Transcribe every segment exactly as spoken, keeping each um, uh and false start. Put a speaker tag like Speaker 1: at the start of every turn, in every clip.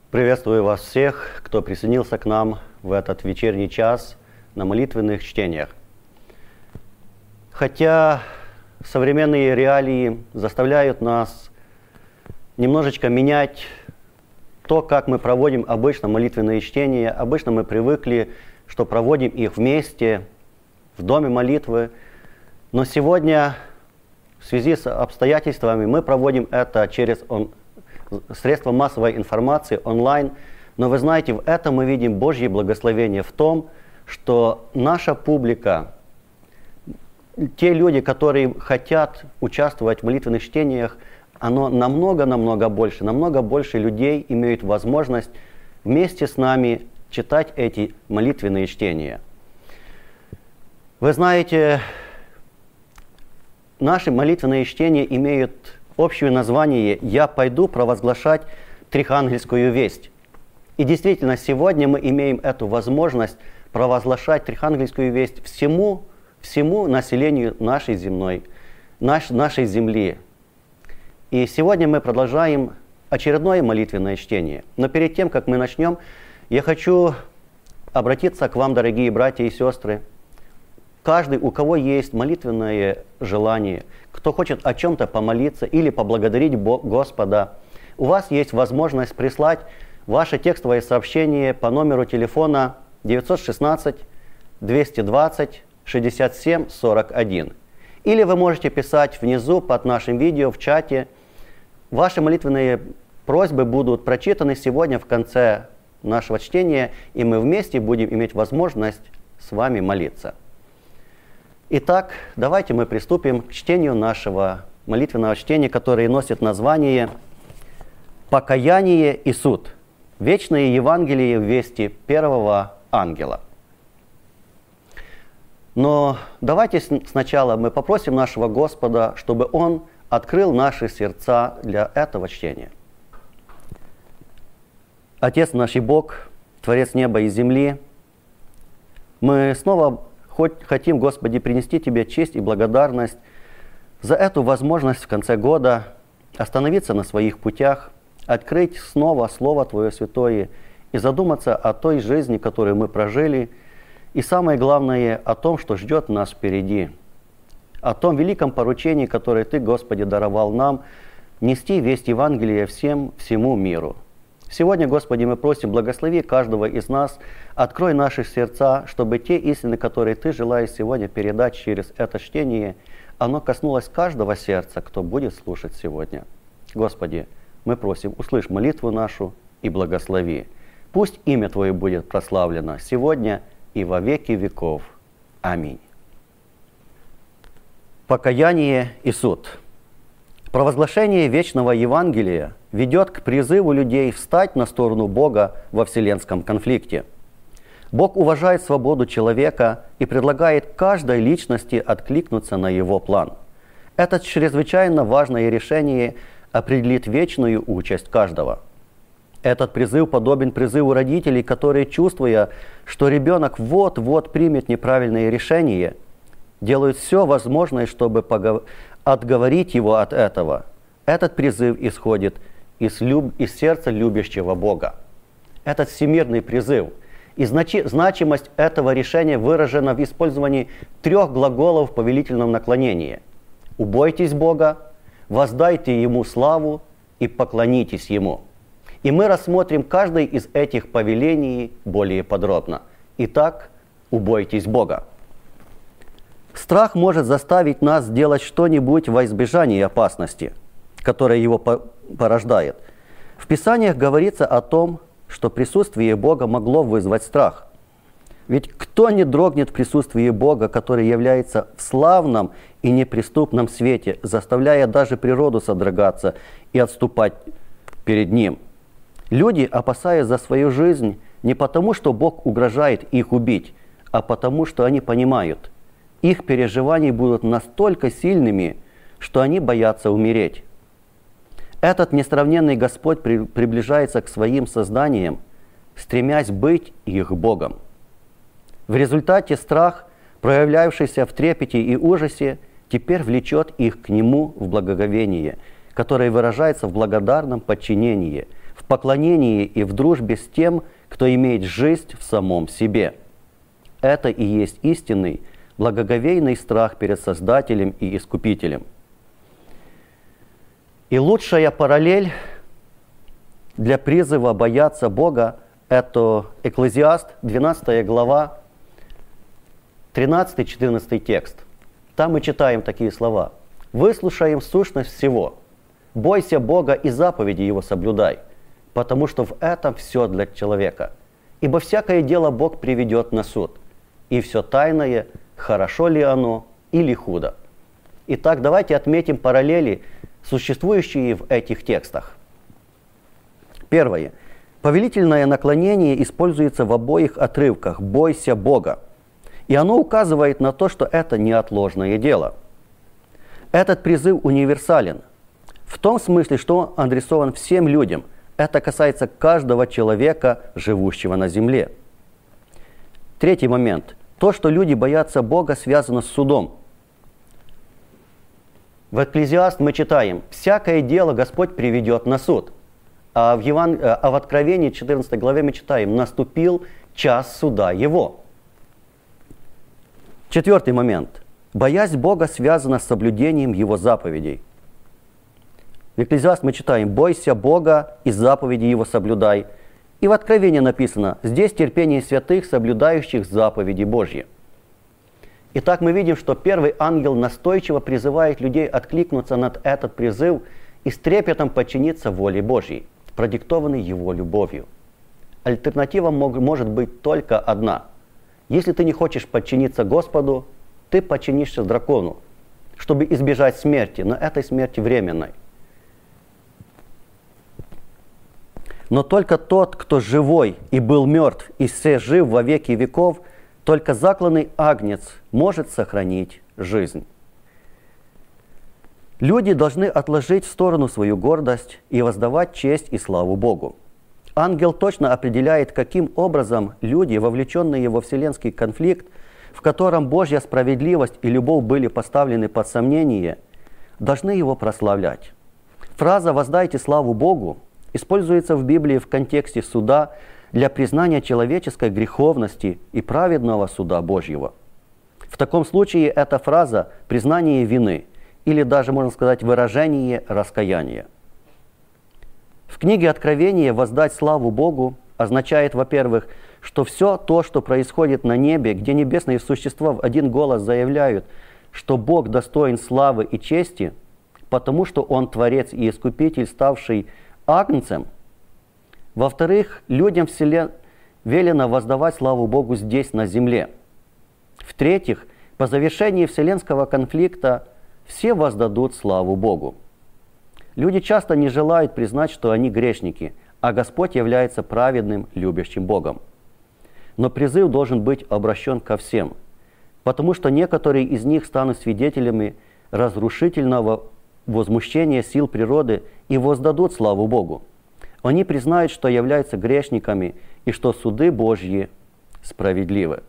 Speaker 1: Приветствую вас всех, кто присоединился к нам в этот вечерний час на молитвенных чтениях. Хотя современные реалии заставляют нас немножечко менять то, как мы проводим обычно молитвенные чтения. Обычно мы привыкли, что проводим их вместе, в доме молитвы. Но сегодня, в связи с обстоятельствами, мы проводим это через он, средства массовой информации, онлайн. Но вы знаете, в этом мы видим Божье благословение в том, что наша публика, те люди, которые хотят участвовать в молитвенных чтениях, оно намного-намного больше, намного больше людей имеют возможность вместе с нами читать эти молитвенные чтения. Вы знаете, наши молитвенные чтения имеют общее название «Я пойду провозглашать трехангельскую весть». И действительно, сегодня мы имеем эту возможность провозглашать трехангельскую весть всему, всему населению нашей земной, наш, нашей земли. И сегодня мы продолжаем очередное молитвенное чтение. Но перед тем, как мы начнем, я хочу обратиться к вам, дорогие братья и сестры. Каждый, у кого есть молитвенное желание, кто хочет о чем-то помолиться или поблагодарить Господа, у вас есть возможность прислать ваше текстовое сообщение по номеру телефона девятьсот шестнадцать двести двадцать шестьдесят семь сорок один. Или вы можете писать внизу под нашим видео в чате. Ваши молитвенные просьбы будут прочитаны сегодня в конце нашего чтения, и мы вместе будем иметь возможность с вами молиться. Итак, давайте мы приступим к чтению нашего молитвенного чтения, которое носит название «Покаяние и суд. Вечное Евангелие в вести первого ангела». Но давайте сначала мы попросим нашего Господа, чтобы Он открыл наши сердца для этого чтения. Отец наш и Бог, Творец неба и земли, мы снова хотим, Господи, принести Тебе честь и благодарность за эту возможность в конце года остановиться на своих путях, открыть снова Слово Твое Святое и задуматься о той жизни, которую мы прожили, и самое главное, о том, что ждет нас впереди, о том великом поручении, которое Ты, Господи, даровал нам, нести весть Евангелия всем, всему миру. Сегодня, Господи, мы просим, благослови каждого из нас, открой наши сердца, чтобы те истины, которые Ты желаешь сегодня передать через это чтение, оно коснулось каждого сердца, кто будет слушать сегодня. Господи, мы просим, услышь молитву нашу и благослови. Пусть имя Твое будет прославлено сегодня и во веки веков. Аминь. Покаяние и суд. Провозглашение вечного Евангелия ведет к призыву людей встать на сторону Бога во вселенском конфликте. Бог уважает свободу человека и предлагает каждой личности откликнуться на Его план. Это чрезвычайно важное решение определит вечную участь каждого. Этот призыв подобен призыву родителей, которые, чувствуя, что ребенок вот-вот примет неправильное решение, делают все возможное, чтобы погов... отговорить его от этого. Этот призыв исходит из, люб... из сердца любящего Бога. Этот всемирный призыв. И значи... значимость этого решения выражена в использовании трех глаголов в повелительном наклонении. «Убойтесь Бога», «Воздайте Ему славу» и «Поклонитесь Ему». И мы рассмотрим каждый из этих повелений более подробно. Итак, убойтесь Бога. Страх может заставить нас сделать что-нибудь во избежание опасности, которая его порождает. В Писаниях говорится о том, что присутствие Бога могло вызвать страх. Ведь кто не дрогнет в присутствии Бога, который является в славном и неприступном свете, заставляя даже природу содрогаться и отступать перед Ним? Люди, опасаясь за свою жизнь, не потому, что Бог угрожает их убить, а потому, что они понимают, их переживания будут настолько сильными, что они боятся умереть. Этот несравненный Господь при, приближается к своим созданиям, стремясь быть их Богом. В результате страх, проявлявшийся в трепете и ужасе, теперь влечет их к Нему в благоговение, которое выражается в благодарном подчинении, в поклонении и в дружбе с тем, кто имеет жизнь в самом себе. Это и есть истинный, благоговейный страх перед Создателем и Искупителем. И лучшая параллель для призыва бояться Бога – это Экклезиаст, двенадцатая глава, тринадцатый-четырнадцатый текст. Там мы читаем такие слова. «Выслушаем сущность всего, бойся Бога и заповеди Его соблюдай, потому что в этом все для человека. Ибо всякое дело Бог приведет на суд, и все тайное, хорошо ли оно или худо». Итак, давайте отметим параллели, существующие в этих текстах. Первое. Повелительное наклонение используется в обоих отрывках «бойся Бога». И оно указывает на то, что это неотложное дело. Этот призыв универсален. В том смысле, что он адресован всем людям. Это касается каждого человека, живущего на земле. Третий момент. То, что люди боятся Бога, связано с судом. В Экклезиаст мы читаем: «Всякое дело Господь приведет на суд». А в, Еван... а в Откровении четырнадцатой главе мы читаем: «Наступил час суда Его». Четвертый момент. Боязнь Бога связана с соблюдением Его заповедей. В Экклезиаст мы читаем: «Бойся Бога и заповеди Его соблюдай». И в Откровении написано: «Здесь терпение святых, соблюдающих заповеди Божьи». Итак, мы видим, что первый ангел настойчиво призывает людей откликнуться на этот призыв и с трепетом подчиниться воле Божьей, продиктованной Его любовью. Альтернатива может быть только одна. Если ты не хочешь подчиниться Господу, ты подчинишься дракону, чтобы избежать смерти, но этой смерти временной. Но только тот, кто живой и был мертв, и все жив во веки веков, только закланный агнец может сохранить жизнь. Люди должны отложить в сторону свою гордость и воздавать честь и славу Богу. Ангел точно определяет, каким образом люди, вовлеченные во вселенский конфликт, в котором Божья справедливость и любовь были поставлены под сомнение, должны его прославлять. Фраза «воздайте славу Богу» используется в Библии в контексте суда для признания человеческой греховности и праведного суда Божьего. В таком случае эта фраза – признание вины, или даже, можно сказать, выражение раскаяния. В книге Откровения «воздать славу Богу» означает, во-первых, что все то, что происходит на небе, где небесные существа в один голос заявляют, что Бог достоин славы и чести, потому что Он Творец и Искупитель, ставший агнцем. Во-вторых, людям вселен... велено воздавать славу Богу здесь, на земле. В-третьих, по завершении вселенского конфликта все воздадут славу Богу. Люди часто не желают признать, что они грешники, а Господь является праведным, любящим Богом. Но призыв должен быть обращен ко всем, потому что некоторые из них станут свидетелями разрушительного возмущения сил природы и воздадут славу Богу. Они признают, что являются грешниками и что суды Божьи справедливы.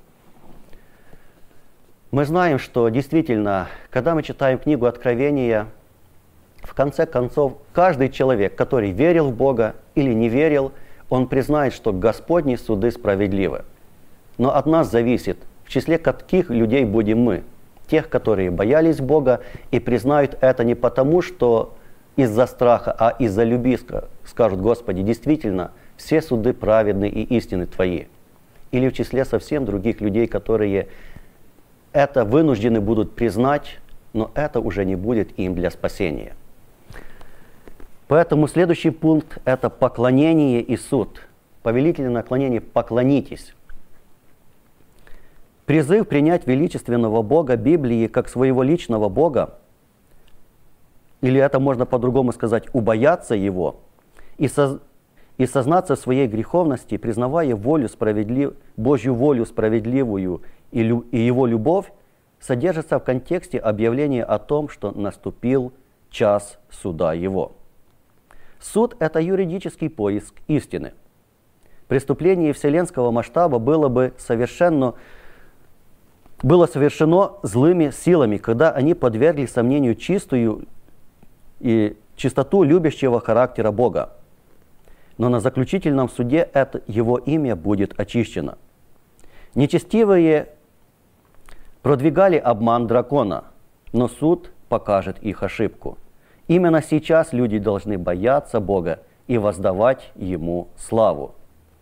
Speaker 1: Мы знаем, что действительно, когда мы читаем книгу Откровения, в конце концов, каждый человек, который верил в Бога или не верил, он признает, что Господни суды справедливы. Но от нас зависит, в числе каких людей будем мы. Тех, которые боялись Бога и признают это не потому, что из-за страха, а из-за любви скажут: Господи, действительно, все суды праведны и истины Твои. Или в числе совсем других людей, которые это вынуждены будут признать, но это уже не будет им для спасения. Поэтому следующий пункт – это поклонение и суд. Повелительное наклонение «поклонитесь». Призыв принять величественного Бога Библии как своего личного Бога, или это можно по-другому сказать, убояться Его, и, соз... и сознаться в своей греховности, признавая волю справедлив... Божью волю справедливую и, лю... и Его любовь, содержится в контексте объявления о том, что наступил час суда Его. Суд – это юридический поиск истины. Преступление вселенского масштаба было бы совершенно было совершено злыми силами, когда они подвергли сомнению чистую и чистоту любящего характера Бога. но на заключительном суде это, его имя будет очищено. Нечестивые продвигали обман дракона, но суд покажет их ошибку. Именно сейчас люди должны бояться Бога и воздавать Ему славу.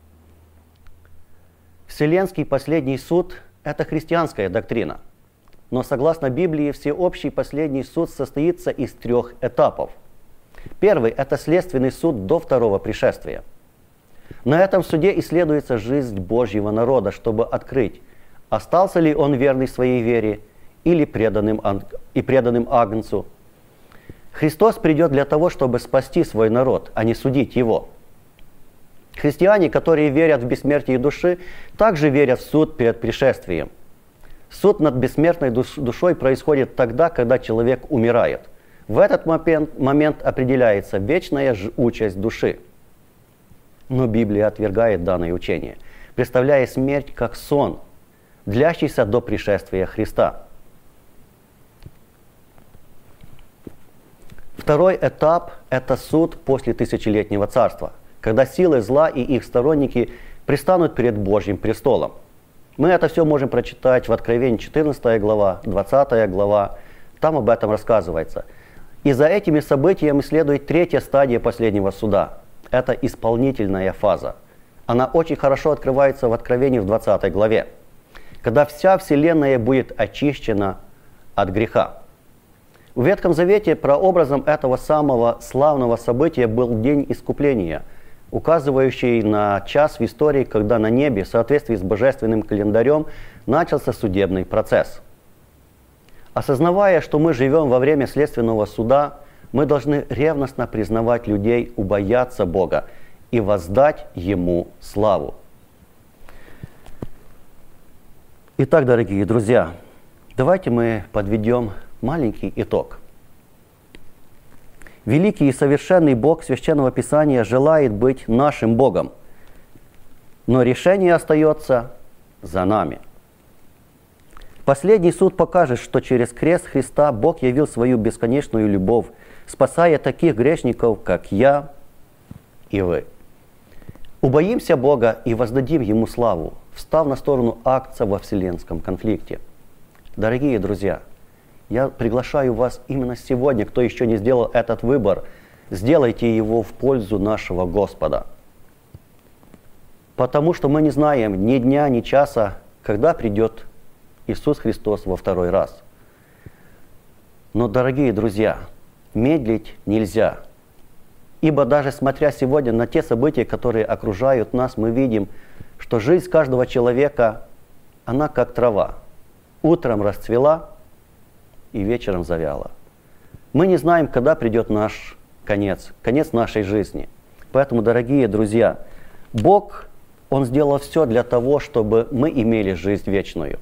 Speaker 1: Вселенский последний суд – это христианская доктрина. Но согласно Библии, всеобщий последний суд состоится из трех этапов. Первый – это следственный суд до второго пришествия. На этом суде исследуется жизнь Божьего народа, чтобы открыть, остался ли он верный своей вере или преданным, и преданным Агнцу. Христос придет для того, чтобы спасти свой народ, а не судить его. Христиане, которые верят в бессмертие души, также верят в суд перед пришествием. Суд над бессмертной душой происходит тогда, когда человек умирает. В этот момент, момент определяется вечная участь души. Но Библия отвергает данное учение, представляя смерть как сон, длящийся до пришествия Христа. Второй этап – это суд после тысячелетнего царства, когда силы зла и их сторонники предстанут перед Божьим престолом. Мы это все можем прочитать в Откровении четырнадцатая глава, двадцатая глава, там об этом рассказывается. И за этими событиями следует третья стадия последнего суда. Это исполнительная фаза. Она очень хорошо открывается в Откровении в двадцатой главе, когда вся вселенная будет очищена от греха. В Ветхом Завете прообразом этого самого славного события был День Искупления, указывающий на час в истории, когда на небе, в соответствии с божественным календарем, начался судебный процесс. Осознавая, что мы живем во время следственного суда, мы должны ревностно признавать людей, убояться Бога и воздать Ему славу. Итак, дорогие друзья, давайте мы подведем маленький итог. Великий и совершенный Бог Священного Писания желает быть нашим Богом, но решение остается за нами. Последний суд покажет, что через крест Христа Бог явил свою бесконечную любовь, спасая таких грешников, как я и вы. Убоимся Бога и воздадим Ему славу, встав на сторону Агнца во вселенском конфликте. Дорогие друзья, я приглашаю вас именно сегодня, кто еще не сделал этот выбор, сделайте его в пользу нашего Господа. Потому что мы не знаем ни дня, ни часа, когда придет Иисус Христос во второй раз. Но, дорогие друзья, медлить нельзя. Ибо даже смотря сегодня на те события, которые окружают нас, мы видим, что жизнь каждого человека, она как трава. Утром расцвела и вечером завяла. Мы не знаем, когда придет наш конец, конец нашей жизни. Поэтому, дорогие друзья, Бог, Он сделал все для того, чтобы мы имели жизнь вечную.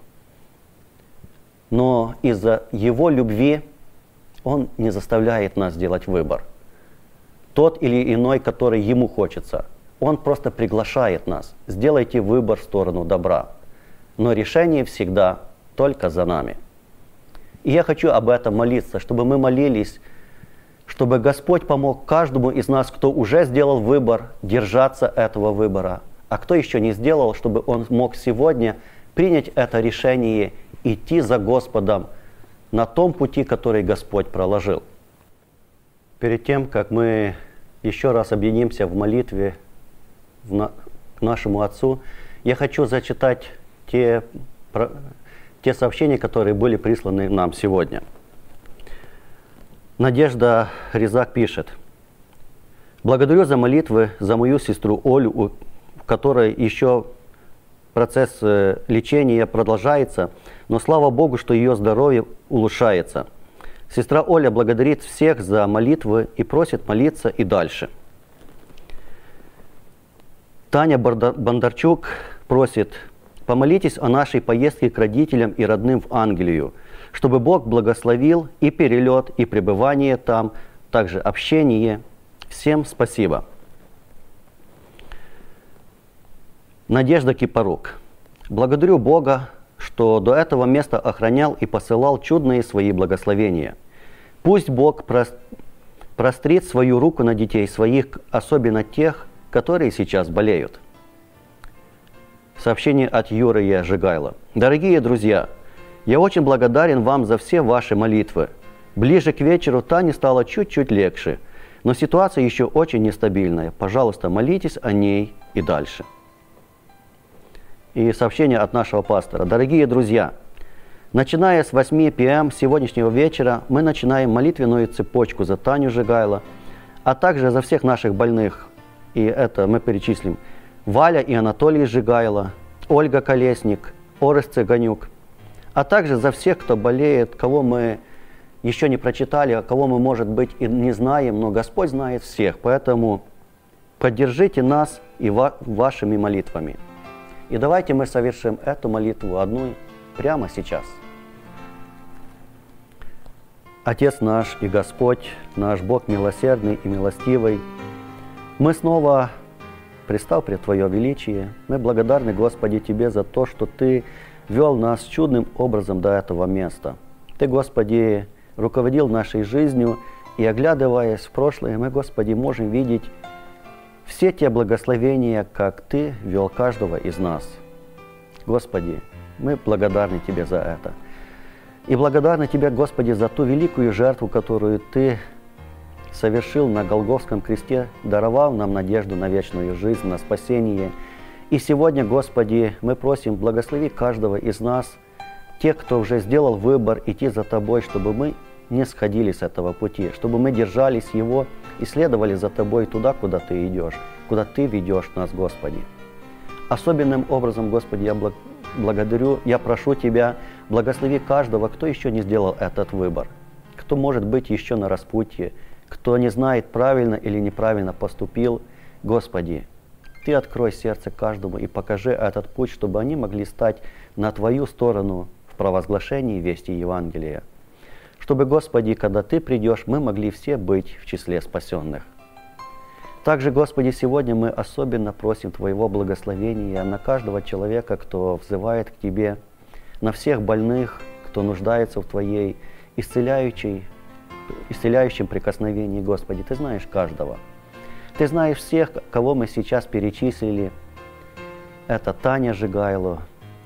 Speaker 1: Но из-за Его любви Он не заставляет нас делать выбор. Тот или иной, который Ему хочется. Он просто приглашает нас. Сделайте выбор в сторону добра. Но решение всегда только за нами. И я хочу об этом молиться, чтобы мы молились, чтобы Господь помог каждому из нас, кто уже сделал выбор, держаться этого выбора. А кто еще не сделал, чтобы он мог сегодня принять это решение, идти за Господом на том пути, который Господь проложил. Перед тем, как мы еще раз объединимся в молитве в на, к нашему Отцу, я хочу зачитать те, про, те сообщения, которые были присланы нам сегодня. Надежда Резак пишет: «Благодарю за молитвы за мою сестру Олю, у которой еще процесс лечения продолжается, но слава Богу, что ее здоровье улучшается. Сестра Оля благодарит всех за молитвы и просит молиться и дальше». Таня Бондарчук просит: «Помолитесь о нашей поездке к родителям и родным в Англию, чтобы Бог благословил и перелет, и пребывание там, также общение. Всем спасибо». Надежда Кипорук: «Благодарю Бога, что до этого места охранял и посылал чудные свои благословения. Пусть Бог прострит свою руку на детей своих, особенно тех, которые сейчас болеют. Сообщение от Юрия Жигайла. Дорогие друзья, я очень благодарен вам за все ваши молитвы. Ближе к вечеру Тане стало чуть-чуть легче, но ситуация еще очень нестабильная. Пожалуйста, молитесь о ней и дальше. И сообщение от нашего пастора. Дорогие друзья, начиная с восьми пэ эм сегодняшнего вечера мы начинаем молитвенную цепочку за Таню Жигайло, а также за всех наших больных. И это мы перечислим. Валя и Анатолий Жигайло, Ольга Колесник, Орес Цыганюк, а также за всех, кто болеет, кого мы еще не прочитали, а кого мы, может быть, и не знаем, но Господь знает всех. Поэтому поддержите нас и ва- вашими молитвами. И давайте мы совершим эту молитву одну прямо сейчас. Отец наш и Господь, наш Бог милосердный и милостивый, мы снова пристал пред Твое величие. Мы благодарны, Господи, Тебе за то, что Ты вел нас чудным образом до этого места. Ты, Господи, руководил нашей жизнью, и, оглядываясь в прошлое, мы, Господи, можем видеть все те благословения, как Ты вел каждого из нас. Господи, мы благодарны Тебе за это. И благодарны Тебе, Господи, за ту великую жертву, которую Ты совершил на Голгофском кресте, даровал нам надежду на вечную жизнь, на спасение. И сегодня, Господи, мы просим, благослови каждого из нас, тех, кто уже сделал выбор идти за Тобой, чтобы мы не сходили с этого пути, чтобы мы держались его и следовали за Тобой туда, куда Ты идешь, куда Ты ведешь нас, Господи. Особенным образом, Господи, я благодарю, я прошу Тебя, благослови каждого, кто еще не сделал этот выбор, кто, может быть, еще на распутье, кто не знает, правильно или неправильно поступил. Господи, Ты открой сердце каждому и покажи этот путь, чтобы они могли стать на Твою сторону в провозглашении вести Евангелия. Чтобы, Господи, когда Ты придешь, мы могли все быть в числе спасенных. Также, Господи, сегодня мы особенно просим Твоего благословения на каждого человека, кто взывает к Тебе, на всех больных, кто нуждается в Твоей исцеляющей, исцеляющем прикосновении, Господи. Ты знаешь каждого. Ты знаешь всех, кого мы сейчас перечислили. Это Таня Жигайло,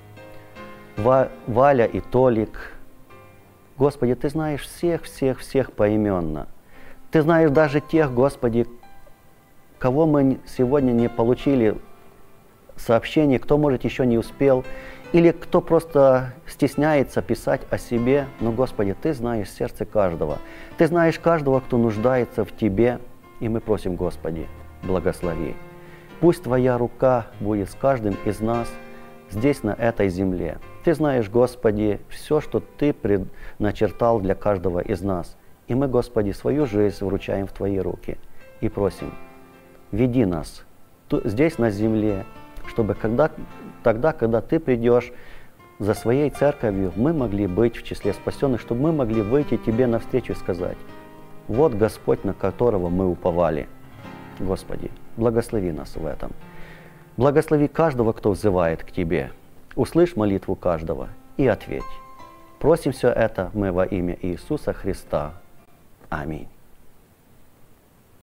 Speaker 1: Ва- Валя и Толик. Господи, Ты знаешь всех-всех-всех поименно. Ты знаешь даже тех, Господи, кого мы сегодня не получили сообщение, кто, может, еще не успел, или кто просто стесняется писать о себе. Но, Господи, Ты знаешь сердце каждого. Ты знаешь каждого, кто нуждается в Тебе. И мы просим, Господи, благослови. Пусть Твоя рука будет с каждым из нас здесь, на этой земле. Ты знаешь, Господи, все, что Ты предначертал для каждого из нас. И мы, Господи, свою жизнь вручаем в Твои руки и просим, веди нас здесь, на земле, чтобы когда, тогда, когда Ты придешь за Своей церковью, мы могли быть в числе спасенных, чтобы мы могли выйти Тебе навстречу и сказать: вот Господь, на которого мы уповали. Господи, благослови нас в этом. Благослови каждого, кто взывает к Тебе. Услышь молитву каждого и ответь. Просим все это мы во имя Иисуса Христа. Аминь.